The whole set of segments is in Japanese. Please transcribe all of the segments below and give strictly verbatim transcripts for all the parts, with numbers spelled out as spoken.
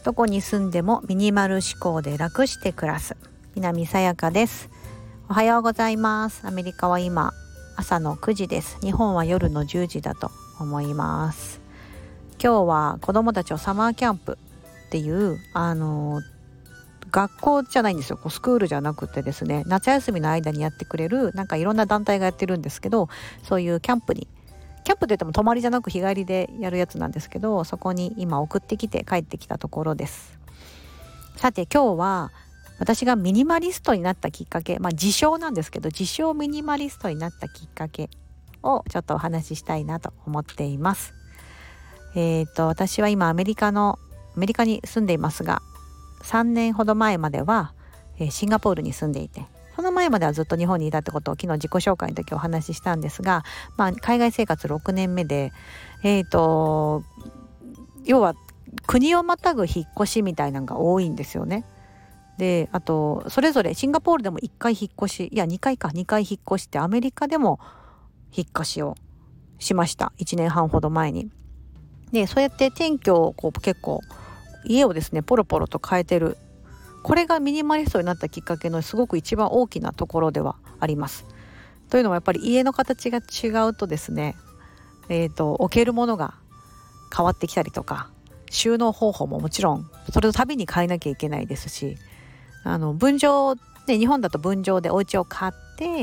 どこに住んでもミニマル思考で楽して暮らす南さやかです。おはようございます。アメリカは今朝のくじです。日本は夜のじゅうじだと思います。今日は子どもたちをサマーキャンプっていうあの学校じゃないんですよ。こうスクールじゃなくてですね、夏休みの間にやってくれるなんかいろんな団体がやってるんですけど、そういうキャンプにキャンプといっても泊まりじゃなく日帰りでやるやつなんですけど、そこに今送ってきて帰ってきたところです。さて今日は私がミニマリストになったきっかけ、まあ自称なんですけど、自称ミニマリストになったきっかけをちょっとお話ししたいなと思っています。えーと私は今アメリカのアメリカに住んでいますが、さんねんほど前までは、えー、シンガポールに住んでいて、その前まではずっと日本にいたってことを昨日自己紹介の時お話ししたんですが、まあ、海外生活ろくねんめで、えーと要は国をまたぐ引っ越しみたいなのが多いんですよね。で、あとそれぞれシンガポールでもいっかい引っ越し、いやにかいかにかい引っ越して、アメリカでも引っ越しをしました。いちねんはんほど前に。で、そうやって転居をこう結構家をですねポロポロと変えてる、これがミニマリストになったきっかけのすごく一番大きなところではあります。というのはやっぱり家の形が違うとですね、えーと置けるものが変わってきたりとか、収納方法ももちろんそれの度に変えなきゃいけないですし、あの分譲で日本だと分譲でお家を買って、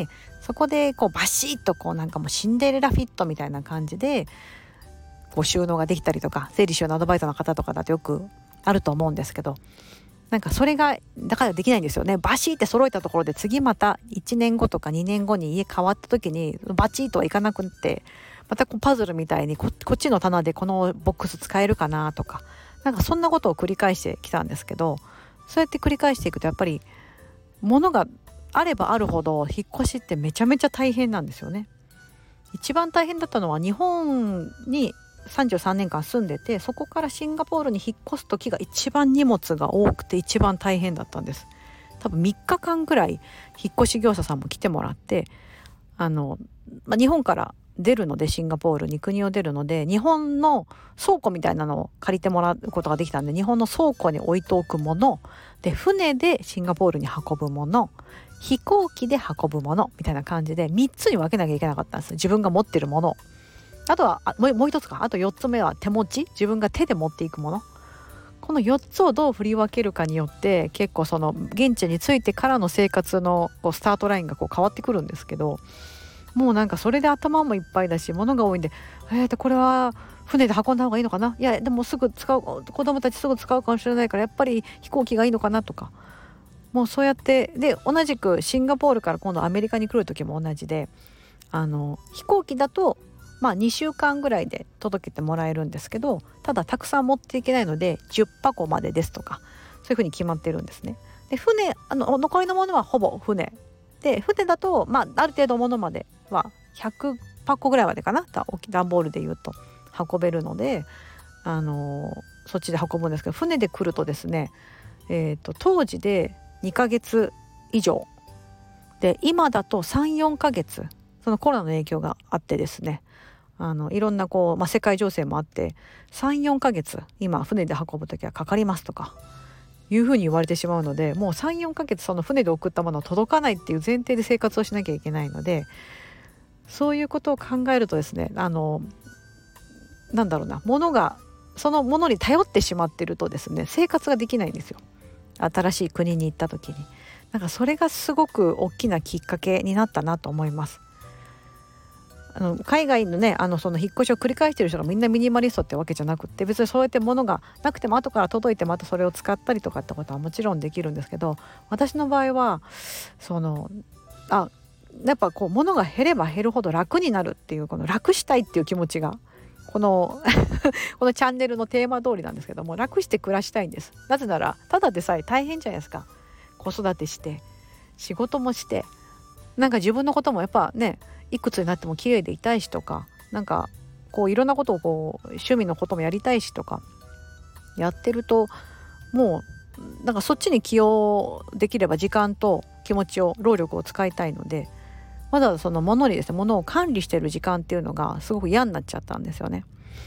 そこでこうバシッとこうなんかもうシンデレラフィットみたいな感じでこう収納ができたりとか、整理収納アドバイザーの方とかだとよくあると思うんですけど、なんかそれがだからできないんですよね。バシーって揃えたところで次またいちねんごとかにねんごに家変わった時にバチーとはいかなくって、またこうパズルみたいに こ, こっちの棚でこのボックス使えるかなとか、なんかそんなことを繰り返してきたんですけど、そうやって繰り返していくとやっぱり物があればあるほど引っ越しってめちゃめちゃ大変なんですよね。一番大変だったのは日本にさんじゅうさんねんかん住んでて、そこからシンガポールに引っ越す時が一番荷物が多くて一番大変だったんです。多分みっかかんぐらい引っ越し業者さんも来てもらって、あの、まあ、日本から出るのでシンガポールに国を出るので、日本の倉庫みたいなのを借りてもらうことができたんで、日本の倉庫に置いておくもので、船でシンガポールに運ぶもの、飛行機で運ぶものみたいな感じでみっつに分けなきゃいけなかったんです。自分が持ってるもの、あとはもう、もう一つか、あとよっつめは手持ち、自分が手で持っていくもの。このよっつをどう振り分けるかによって結構その現地に着いてからの生活のこうスタートラインがこう変わってくるんですけど、もうなんかそれで頭もいっぱいだし、物が多いんで、えーとこれは船で運んだ方がいいのかな、いやでもすぐ使う、子供たちすぐ使うかもしれないからやっぱり飛行機がいいのかなとか、もうそうやってで、同じくシンガポールから今度アメリカに来る時も同じで、あの飛行機だとまあにしゅうかんぐらいで届けてもらえるんですけど、ただたくさん持っていけないのでじゅっぱこまでですとか、そういうふうに決まってるんですね。で、船、あの残りのものはほぼ船で、船だとまあある程度ものまではひゃくぱこぐらいまでかな、段ボールでいうと運べるので、あのー、そっちで運ぶんですけど、船で来るとですね、えーと当時でにかげつ以上で、今だとさん、よんかげつ、そのコロナの影響があってですね、あのいろんなこう、まあ、世界情勢もあってさん、よんかげつ今船で運ぶときはかかりますとかいうふうに言われてしまうので、もうさん、よんかげつその船で送ったものは届かないっていう前提で生活をしなきゃいけないので、そういうことを考えるとですね、あのなんだろうな、物がそのものに頼ってしまってるとですね、生活ができないんですよ。新しい国に行った時に、なんかそれがすごく大きなきっかけになったなと思います。あの海外のね、あのその引っ越しを繰り返している人がみんなミニマリストってわけじゃなくって、別にそうやって物がなくても後から届いてまたそれを使ったりとかってことはもちろんできるんですけど、私の場合はそのあやっぱこう物が減れば減るほど楽になるっていう、この楽したいっていう気持ちがこのこのチャンネルのテーマ通りなんですけども、楽して暮らしたいんです。なぜならただでさえ大変じゃないですか。子育てして仕事もして、なんか自分のこともやっぱね、いくつになっても綺麗でいたいしとか、なんかこういろんなことをこう趣味のこともやりたいしとかやってると、もうなんかそっちに起用できれば時間と気持ちを労力を使いたいので、まだその物にですね、物を管理してる時間っていうのがすごく嫌になっちゃったんですよね。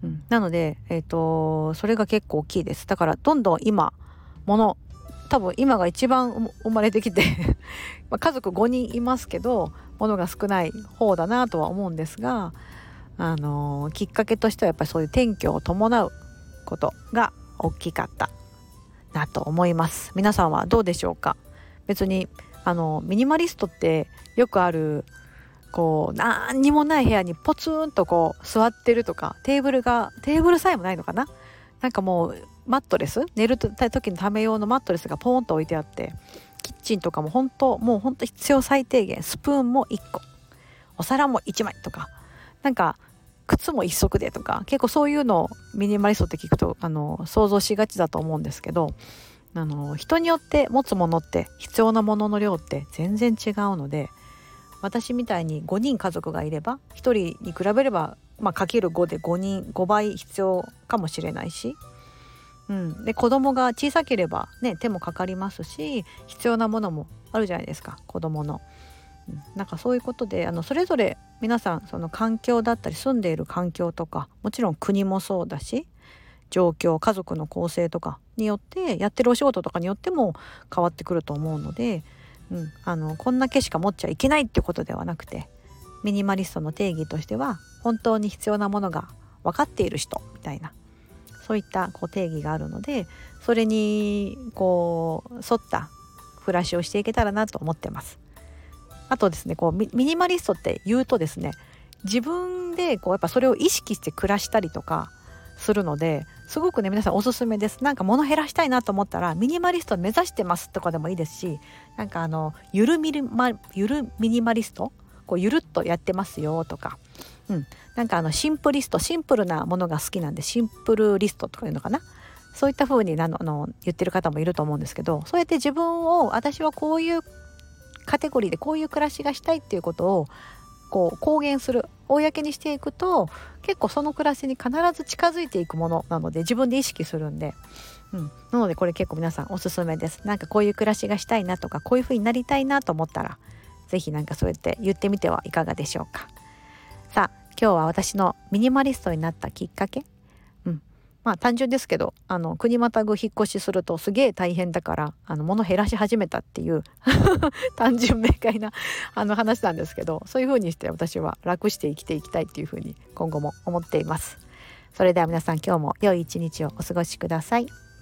うん、なので、えーと、それが結構大きいです。だからどんどん今物多分今が一番生まれてきてまあ家族ごにんいますけど物が少ない方だなとは思うんですが、あのー、きっかけとしてはやっぱりそういう転居を伴うことが大きかったなと思います。皆さんはどうでしょうか。別にあのミニマリストってよくあるこう何にもない部屋にポツンとこう座ってるとか、テーブルがテーブルさえもないのかな、なんかもうマットレス、寝る時のため用のマットレスがポーンと置いてあって、キッチンとかも本当もう本当必要最低限、スプーンもいっこ、お皿もいちまいとか、なんか靴も一足でとか、結構そういうのをミニマリストって聞くとあの想像しがちだと思うんですけど、あの人によって持つものって必要なものの量って全然違うので、私みたいにごにん家族がいればひとりに比べれば、まあ、かけるごでごにんごばい必要かもしれないし、うん、で子供が小さければ、ね、手もかかりますし、必要なものもあるじゃないですか、子供の、うん、なんかそういうことであのそれぞれ皆さんその環境だったり住んでいる環境とか、もちろん国もそうだし、状況、家族の構成とかによって、やってるお仕事とかによっても変わってくると思うので、うん、あのこんだけしか持っちゃいけないってことではなくて、ミニマリストの定義としては本当に必要なものが分かっている人みたいな、そういったこう定義があるので、それにこう沿った暮らしをしていけたらなと思ってます。あとですね、こう ミ, ミニマリストって言うとですね、自分でこうやっぱそれを意識して暮らしたりとかするので、すごくね皆さんおすすめです。なんか物減らしたいなと思ったらミニマリスト目指してますとかでもいいですし、なんかあのゆるミリマゆるミニマリスト、こうゆるっとやってますよとか、うん、なんかあのシンプリスト、シンプルなものが好きなんでシンプルリストとかいうのかな、そういった風にあのあの言ってる方もいると思うんですけど、そうやって自分を、私はこういうカテゴリーでこういう暮らしがしたいっていうことをこう公言する、公にしていくと結構その暮らしに必ず近づいていくものなので、自分で意識するんで、うん、なのでこれ結構皆さんおすすめです。なんかこういう暮らしがしたいなとか、こういう風になりたいなと思ったらぜひなんかそうやって言ってみてはいかがでしょうか。さあ今日は私のミニマリストになったきっかけ、うん、まあ単純ですけど、あの国またぐ引っ越しするとすげえ大変だから、あの物減らし始めたっていう単純明快なあの話なんですけど、そういう風にして私は楽して生きていきたいっていう風に今後も思っています。それでは皆さん、今日も良い一日をお過ごしください。